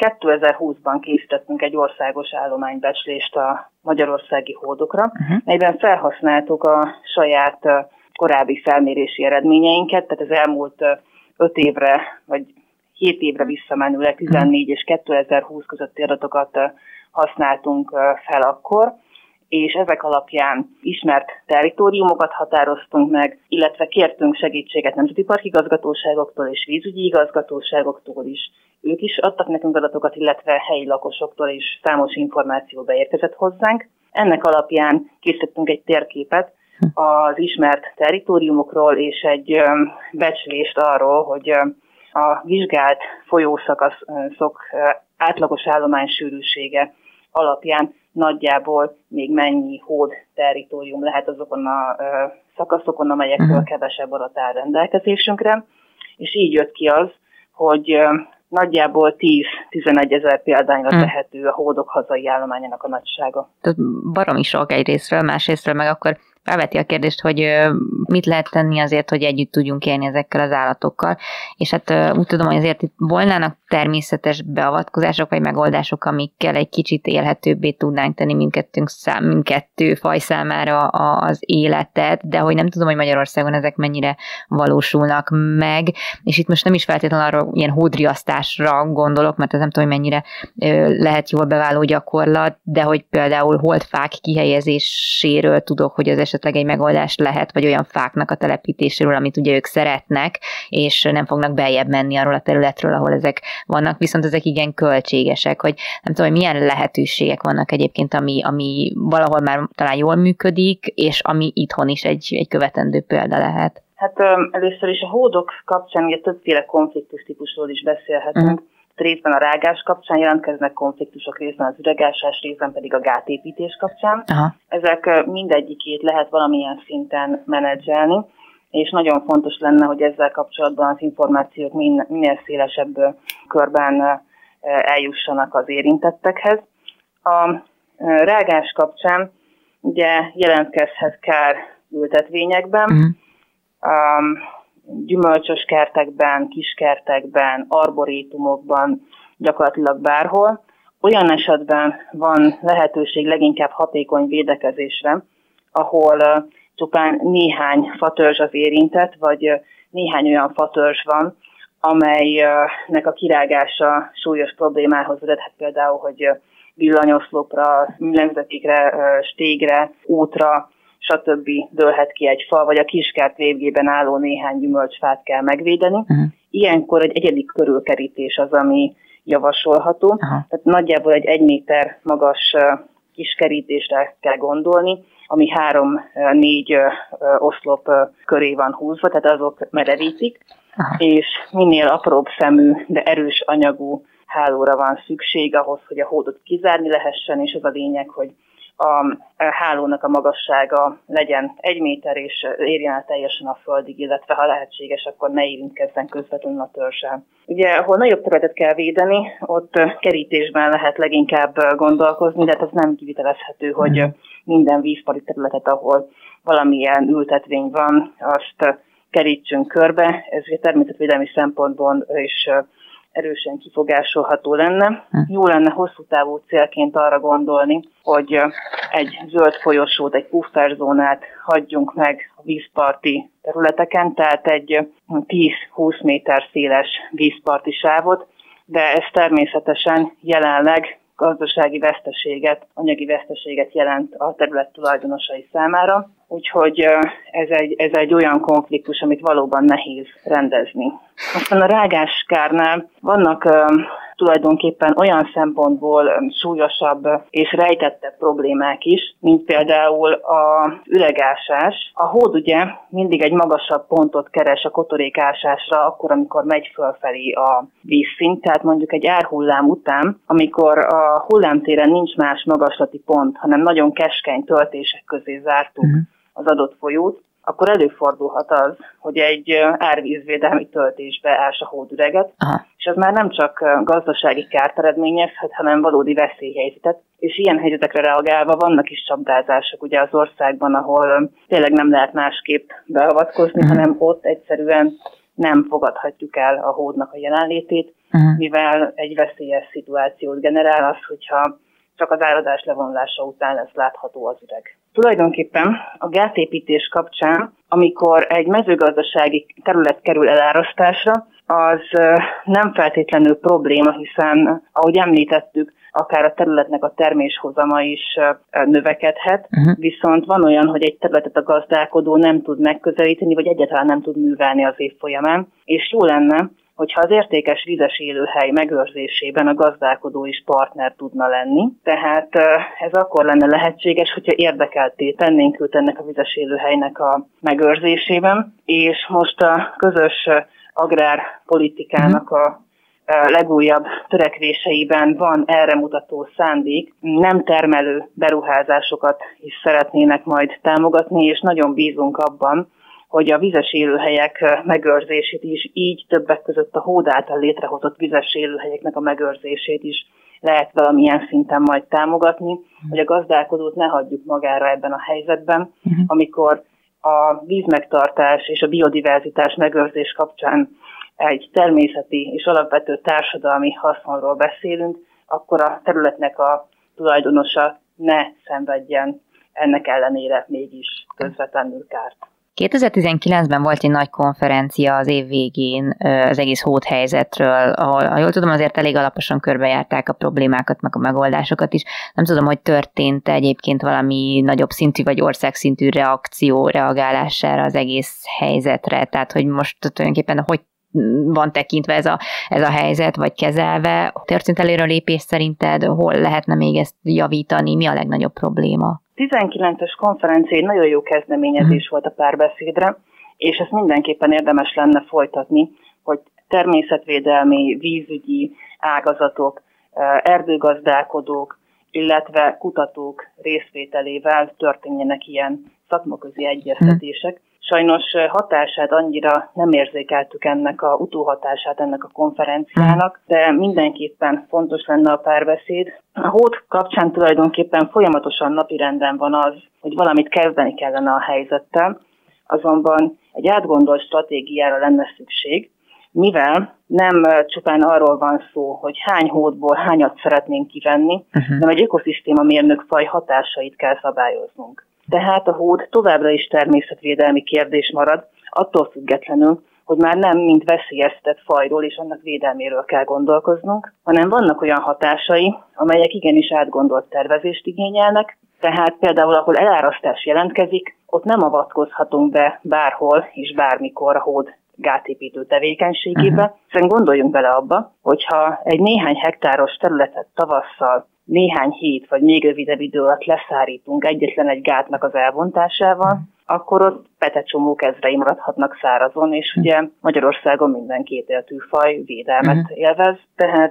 2020-ban készítettünk egy országos állománybecslést a magyarországi hódokra, melyben felhasználtuk a saját korábbi felmérési eredményeinket, tehát az elmúlt 5 évre, vagy 7 évre visszamenőleg 14 és 2020 közötti adatokat használtunk fel akkor, és ezek alapján ismert territóriumokat határoztunk meg, illetve kértünk segítséget nemzeti parkigazgatóságoktól és vízügyi igazgatóságoktól is. Ők is adtak nekünk adatokat, illetve helyi lakosoktól is számos információ beérkezett hozzánk. Ennek alapján készítettünk egy térképet az ismert territóriumokról és egy becslést arról, hogy a vizsgált folyószakaszok átlagos állomány-sűrűsége alapján nagyjából még mennyi hód territórium lehet azokon a szakaszokon, amelyekről kevesebb adat áll rendelkezésünkre, és így jött ki az, hogy nagyjából 10-11 ezer példányra tehető a hódok hazai állományának a nagysága. Tehát baromi sok egyrészről, másrészről meg akkor felveti a kérdést, hogy mit lehet tenni azért, hogy együtt tudjunk élni ezekkel az állatokkal. És hát úgy tudom, hogy azért itt volnának természetes beavatkozások vagy megoldások, amikkel egy kicsit élhetőbbé tudnánk tenni mindkettő faj számára az életet, de hogy nem tudom, hogy Magyarországon ezek mennyire valósulnak meg. És itt most nem is feltétlenül arra ilyen hódriasztásra gondolok, mert ez nem tudom, hogy mennyire lehet jól beváló gyakorlat, de hogy például holdfák kihelyezéséről tudok, hogy az esetleg egy megoldás lehet, vagy olyan fáknak a telepítéséről, amit ugye ők szeretnek, és nem fognak beljebb menni arról a területről, ahol ezek vannak, viszont ezek igen költségesek, hogy nem tudom, hogy milyen lehetőségek vannak egyébként, ami valahol már talán jól működik, és ami itthon is egy követendő példa lehet. Hát először is a hódok kapcsán ugye többféle konfliktus típusról is beszélhetünk. Részben a rágás kapcsán jelentkeznek konfliktusok, részben az üregásás, részben pedig a gátépítés kapcsán. Ezek mindegyikét lehet valamilyen szinten menedzselni, és nagyon fontos lenne, hogy ezzel kapcsolatban az információk minél szélesebb körben eljussanak az érintettekhez. A rágás kapcsán ugye jelentkezhet kár ültetvényekben, gyümölcsös kertekben, kiskertekben, arborétumokban, gyakorlatilag bárhol. Olyan esetben van lehetőség leginkább hatékony védekezésre, ahol csupán néhány fatörzs az érintett, vagy néhány olyan fatörzs van, amelynek a kirágása súlyos problémához vezethet, például, hogy villanyoszlopra, műlemzetékre, stégre, útra, stb. Dőlhet ki egy fa, vagy a kiskert végében álló néhány gyümölcsfát kell megvédeni. Ilyenkor egy egyedi körülkerítés az, ami javasolható. Tehát nagyjából egy 1 méter magas kiskerítésre kell gondolni, ami 3-4 oszlop köré van húzva, tehát azok merevítik, és minél apróbb szemű, de erős anyagú hálóra van szükség ahhoz, hogy a hódot kizárni lehessen, és az a lényeg, hogy a hálónak a magassága legyen 1 méter, és érjen el teljesen a földig, illetve ha lehetséges, akkor ne érintkezzen közvetlenül a törzsel. Ugye, ahol nagyobb területet kell védeni, ott kerítésben lehet leginkább gondolkozni, de ez nem kivitelezhető, hogy minden vízparti területet, ahol valamilyen ültetvény van, azt kerítsünk körbe. Ez ugye természetvédelmi szempontból is erősen kifogásolható lenne. Jó lenne hosszú távú célként arra gondolni, hogy egy zöld folyosót, egy pufferzónát hagyjunk meg a vízparti területeken, tehát egy 10-20 méter széles vízparti sávot, de ez természetesen jelenleg gazdasági veszteséget, anyagi veszteséget jelent a terület tulajdonosai számára. Úgyhogy ez egy olyan konfliktus, amit valóban nehéz rendezni. Aztán a rágáskárnál vannak tulajdonképpen olyan szempontból súlyosabb és rejtettebb problémák is, mint például az üregásás. A hód ugye mindig egy magasabb pontot keres a kotorékásásra, akkor, amikor megy fölfelé a vízszint, tehát mondjuk egy árhullám után, amikor a hullámtéren nincs más magaslati pont, hanem nagyon keskeny töltések közé zártuk az adott folyót, akkor előfordulhat az, hogy egy árvízvédelmi töltésbe ás a hódüreget, és az már nem csak gazdasági kárt eredményezhet, hanem valódi veszélyhelyzetet. És ilyen helyzetekre reagálva vannak is csapdázások ugye az országban, ahol tényleg nem lehet másképp beavatkozni, hanem ott egyszerűen nem fogadhatjuk el a hódnak a jelenlétét, mivel egy veszélyes szituációt generál az, hogyha csak az áradás levonulása után lesz látható az üreg. Tulajdonképpen a gátépítés kapcsán, amikor egy mezőgazdasági terület kerül elárasztásra, az nem feltétlenül probléma, hiszen, ahogy említettük, akár a területnek a terméshozama is növekedhet, viszont van olyan, hogy egy területet a gazdálkodó nem tud megközelíteni, vagy egyáltalán nem tud művelni az év folyamán, és jó lenne, hogyha az értékes vizes élőhely megőrzésében a gazdálkodó is partner tudna lenni. Tehát ez akkor lenne lehetséges, hogyha érdekeltté tennénk őt ennek a vizes élőhelynek a megőrzésében, és most a közös agrárpolitikának a legújabb törekvéseiben van erre mutató szándék. Nem termelő beruházásokat is szeretnének majd támogatni, és nagyon bízunk abban, hogy a vizes élőhelyek megőrzését is, így többek között a hód által létrehozott vizes élőhelyeknek a megőrzését is lehet valamilyen szinten majd támogatni, hogy a gazdálkodót ne hagyjuk magára ebben a helyzetben, amikor a vízmegtartás és a biodiverzitás megőrzés kapcsán egy természeti és alapvető társadalmi haszonról beszélünk, akkor a területnek a tulajdonosa ne szenvedjen ennek ellenére mégis közvetlenül kárt. 2019-ben volt egy nagy konferencia az év végén az egész hódhelyzetről, ahol, ha jól tudom, azért elég alaposan körbejárták a problémákat, meg a megoldásokat is. Nem tudom, hogy történt egyébként valami nagyobb szintű vagy országszintű reagálására az egész helyzetre, tehát hogy most tulajdonképpen hogy van tekintve ez a helyzet, vagy kezelve. Történt előrelépés szerinted? Hol lehetne még ezt javítani? Mi a legnagyobb probléma? 19-es konferencia egy nagyon jó kezdeményezés volt a párbeszédre, és ezt mindenképpen érdemes lenne folytatni, hogy természetvédelmi, vízügyi ágazatok, erdőgazdálkodók, illetve kutatók részvételével történjenek ilyen szakmaközi egyeztetések. Sajnos hatását annyira nem érzékeltük utóhatását ennek a konferenciának, de mindenképpen fontos lenne a párbeszéd. A hód kapcsán tulajdonképpen folyamatosan napirenden van az, hogy valamit kezdeni kellene a helyzettel, azonban egy átgondolt stratégiára lenne szükség, mivel nem csupán arról van szó, hogy hány hódból hányat szeretnénk kivenni, hanem egy ökoszisztéma mérnökfaj hatásait kell szabályoznunk. Tehát a hód továbbra is természetvédelmi kérdés marad, attól függetlenül, hogy már nem mint veszélyeztetett fajról és annak védelméről kell gondolkoznunk, hanem vannak olyan hatásai, amelyek igenis átgondolt tervezést igényelnek, tehát például ahol elárasztás jelentkezik, ott nem avatkozhatunk be bárhol és bármikor a hód gátépítő tevékenységébe, hiszen gondoljunk bele abba, hogyha egy néhány hektáros területet tavasszal néhány hét vagy még rövidebb idő alatt leszárítunk egyetlen egy gátnak az elbontásával, akkor ott petecsomók ezrei maradhatnak szárazon, és ugye Magyarországon minden kétéltű faj védelmet élvez, tehát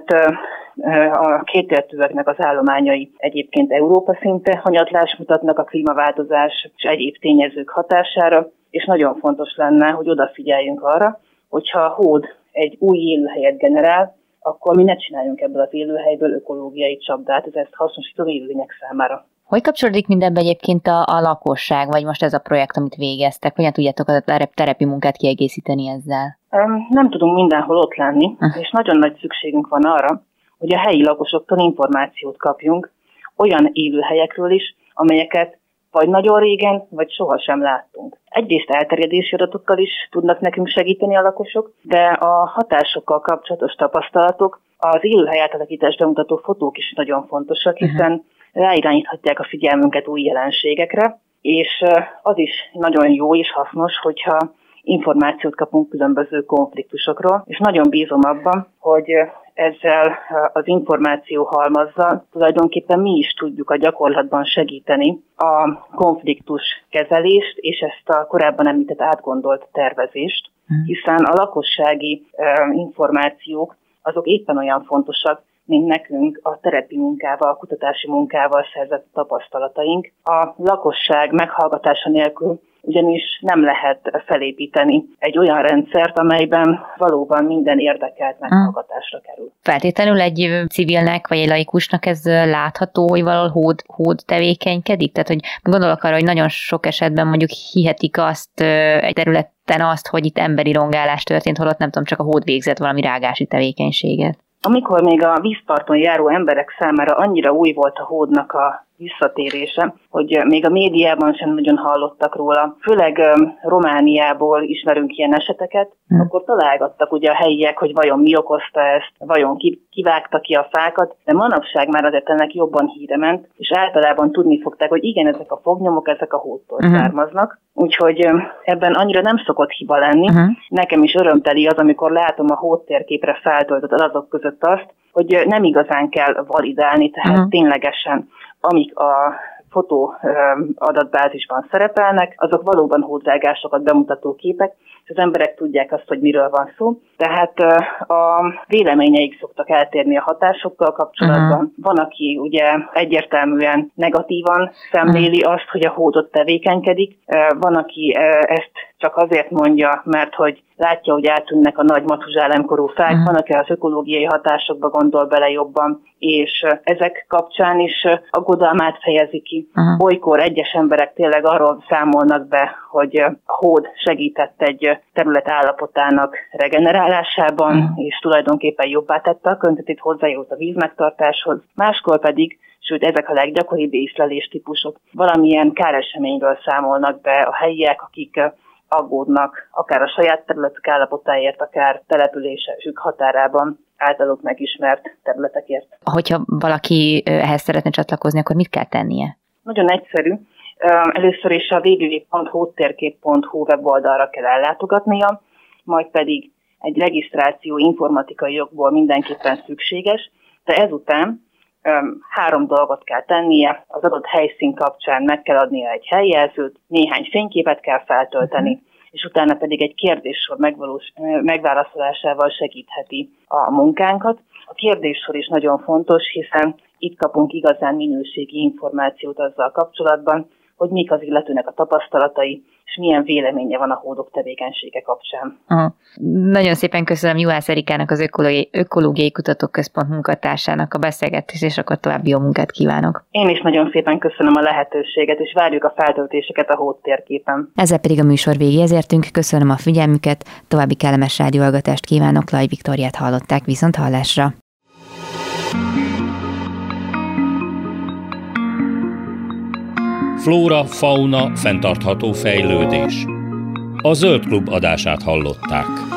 a kétéltűeknek az állományai egyébként Európa szinte hanyatlást mutatnak a klímaváltozás és egyéb tényezők hatására, és nagyon fontos lenne, hogy odafigyeljünk arra, hogyha a hód egy új élőhelyet generál, akkor mi ne csináljunk ebből az élőhelyből ökológiai csapdát, ez ezt hasznosító élőlények számára. Hogy kapcsolódik mindenbe egyébként a lakosság, vagy most ez a projekt, amit végeztek? Hogyan tudjátok a terepi munkát kiegészíteni ezzel? Nem tudunk mindenhol ott lenni, és nagyon nagy szükségünk van arra, hogy a helyi lakosoktól információt kapjunk olyan élőhelyekről is, amelyeket vagy nagyon régen, vagy sohasem láttunk. Egyrészt elterjedési adatokkal is tudnak nekünk segíteni a lakosok, de a hatásokkal kapcsolatos tapasztalatok, az élőhely átalakítást bemutató fotók is nagyon fontosak, hiszen ráirányíthatják a figyelmünket új jelenségekre, és az is nagyon jó és hasznos, hogyha információt kapunk különböző konfliktusokról, és nagyon bízom abban, hogy ezzel az információ halmazzal tulajdonképpen mi is tudjuk a gyakorlatban segíteni a konfliktus kezelést és ezt a korábban említett átgondolt tervezést, hiszen a lakossági információk azok éppen olyan fontosak, mint nekünk a terepi munkával, a kutatási munkával szerzett tapasztalataink. A lakosság meghallgatása nélkül ugyanis nem lehet felépíteni egy olyan rendszert, amelyben valóban minden érdekelt meghallgatásra kerül. Feltétlenül egy civilnek vagy egy laikusnak ez látható, hogy valahol hód tevékenykedik? Tehát, hogy gondolok arra, hogy nagyon sok esetben mondjuk hihetik azt egy területen azt, hogy itt emberi rongálás történt, holott nem tudom, csak a hód végzett valami rágási tevékenységet. Amikor még a vízparton járó emberek számára annyira új volt a hódnak a visszatérése, hogy még a médiában sem nagyon hallottak róla. Főleg Romániából ismerünk ilyen eseteket, akkor találgattak ugye a helyiek, hogy vajon mi okozta ezt, vajon kivágta ki a fákat, de manapság már azért ennek jobban híre ment, és általában tudni fogták, hogy igen, ezek a fognyomok, ezek a hódtól származnak. Úgyhogy ebben annyira nem szokott hiba lenni. Nekem is örömteli az, amikor látom a hódtérképre feltöltött adatok között azt, hogy nem igazán kell validálni, tehát ténylegesen amik a fotó adatbázisban szerepelnek, azok valóban hódvágásokat bemutató képek, és az emberek tudják azt, hogy miről van szó. Tehát a véleményeik szoktak eltérni a hatásokkal kapcsolatban. Van, aki ugye egyértelműen negatívan szemléli azt, hogy a hódot tevékenykedik. Van, aki ezt csak azért mondja, mert hogy látja, hogy eltűnnek a nagy matuzsálemkorú fák, van, aki az ökológiai hatásokba gondol bele jobban, és ezek kapcsán is aggodalmát fejezi ki. Olykor egyes emberek tényleg arról számolnak be, hogy a hód segített egy terület állapotának regenerálásában, és tulajdonképpen jobbá tette a környezetét, hozzájárult a vízmegtartáshoz. Máskor pedig, sőt ezek a leggyakoribb észlelés típusok, valamilyen káreseményről számolnak be a helyiek, akik aggódnak akár a saját területük állapotáért, akár településük határában általuk megismert területekért. Hogyha valaki ehhez szeretne csatlakozni, akkor mit kell tennie? Nagyon egyszerű. Először is a www.hódtérkép.hu weboldalra kell ellátogatnia, majd pedig egy regisztráció informatikai jogból mindenképpen szükséges, de ezután 3 dolgot kell tennie, az adott helyszín kapcsán meg kell adnia egy helyjelzőt, néhány fényképet kell feltölteni, és utána pedig egy kérdéssor megválaszolásával segítheti a munkánkat. A kérdéssor is nagyon fontos, hiszen itt kapunk igazán minőségi információt azzal kapcsolatban, hogy mik az illetőnek a tapasztalatai, és milyen véleménye van a hódok tevékenysége kapcsán. Nagyon szépen köszönöm Juhász Erikának, az Ökológiai Kutatóközpont munkatársának a beszélgetést, és akkor további jó munkát kívánok. Én is nagyon szépen köszönöm a lehetőséget, és várjuk a feltöltéseket a hódtérképen. Ezzel pedig a műsor végéhez értünk, köszönöm a figyelmüket, további kellemes rádióhallgatást kívánok, Laj Viktóriát hallották, viszont hallásra. Flóra, fauna, fenntartható fejlődés. A Zöld Klub adását hallották.